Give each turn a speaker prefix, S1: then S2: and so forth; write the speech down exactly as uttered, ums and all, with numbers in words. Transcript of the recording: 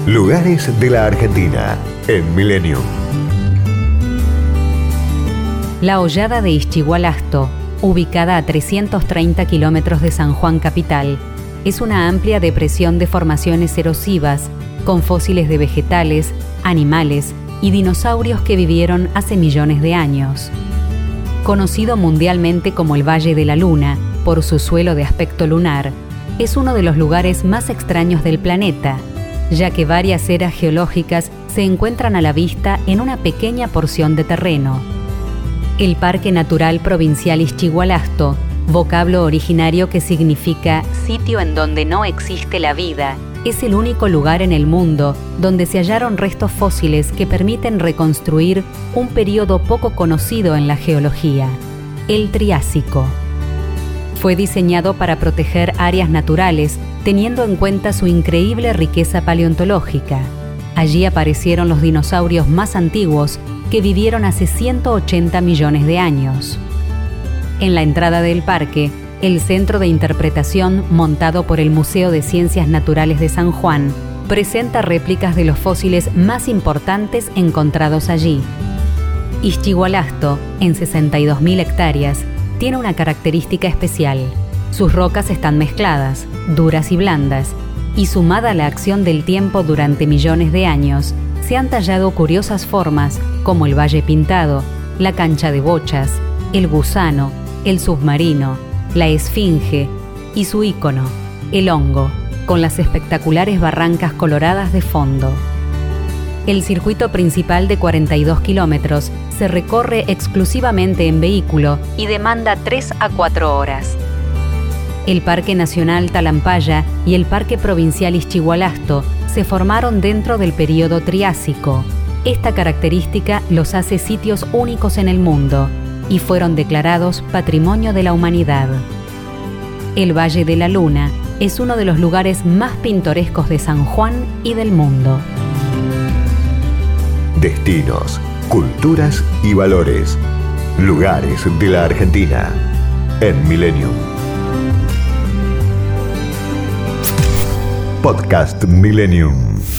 S1: Lugares de la Argentina en Millennium.
S2: La Hollada de Ischigualasto, ubicada a trescientos treinta kilómetros de San Juan capital, es una amplia depresión de formaciones erosivas con fósiles de vegetales, animales y dinosaurios que vivieron hace millones de años. Conocido mundialmente como el Valle de la Luna por su suelo de aspecto lunar, es uno de los lugares más extraños del planeta, ya que varias eras geológicas se encuentran a la vista en una pequeña porción de terreno. El Parque Natural Provincial Ischigualasto, vocablo originario que significa sitio en donde no existe la vida, es el único lugar en el mundo donde se hallaron restos fósiles que permiten reconstruir un período poco conocido en la geología, el Triásico. Fue diseñado para proteger áreas naturales, teniendo en cuenta su increíble riqueza paleontológica. Allí aparecieron los dinosaurios más antiguos que vivieron hace ciento ochenta millones de años. En la entrada del parque, el centro de interpretación montado por el Museo de Ciencias Naturales de San Juan presenta réplicas de los fósiles más importantes encontrados allí. Ischigualasto, en sesenta y dos mil hectáreas, tiene una característica especial. Sus rocas están mezcladas, duras y blandas, y sumada a la acción del tiempo durante millones de años, se han tallado curiosas formas como el Valle Pintado, la Cancha de Bochas, el Gusano, el Submarino, la Esfinge y su ícono, el hongo, con las espectaculares barrancas coloradas de fondo. El circuito principal de cuarenta y dos kilómetros se recorre exclusivamente en vehículo y demanda tres a cuatro horas. El Parque Nacional Talampaya y el Parque Provincial Ischigualasto se formaron dentro del período Triásico. Esta característica los hace sitios únicos en el mundo y fueron declarados Patrimonio de la Humanidad. El Valle de la Luna es uno de los lugares más pintorescos de San Juan y del mundo.
S1: Destinos, culturas y valores. Lugares de la Argentina en Millennium. Podcast Millennium.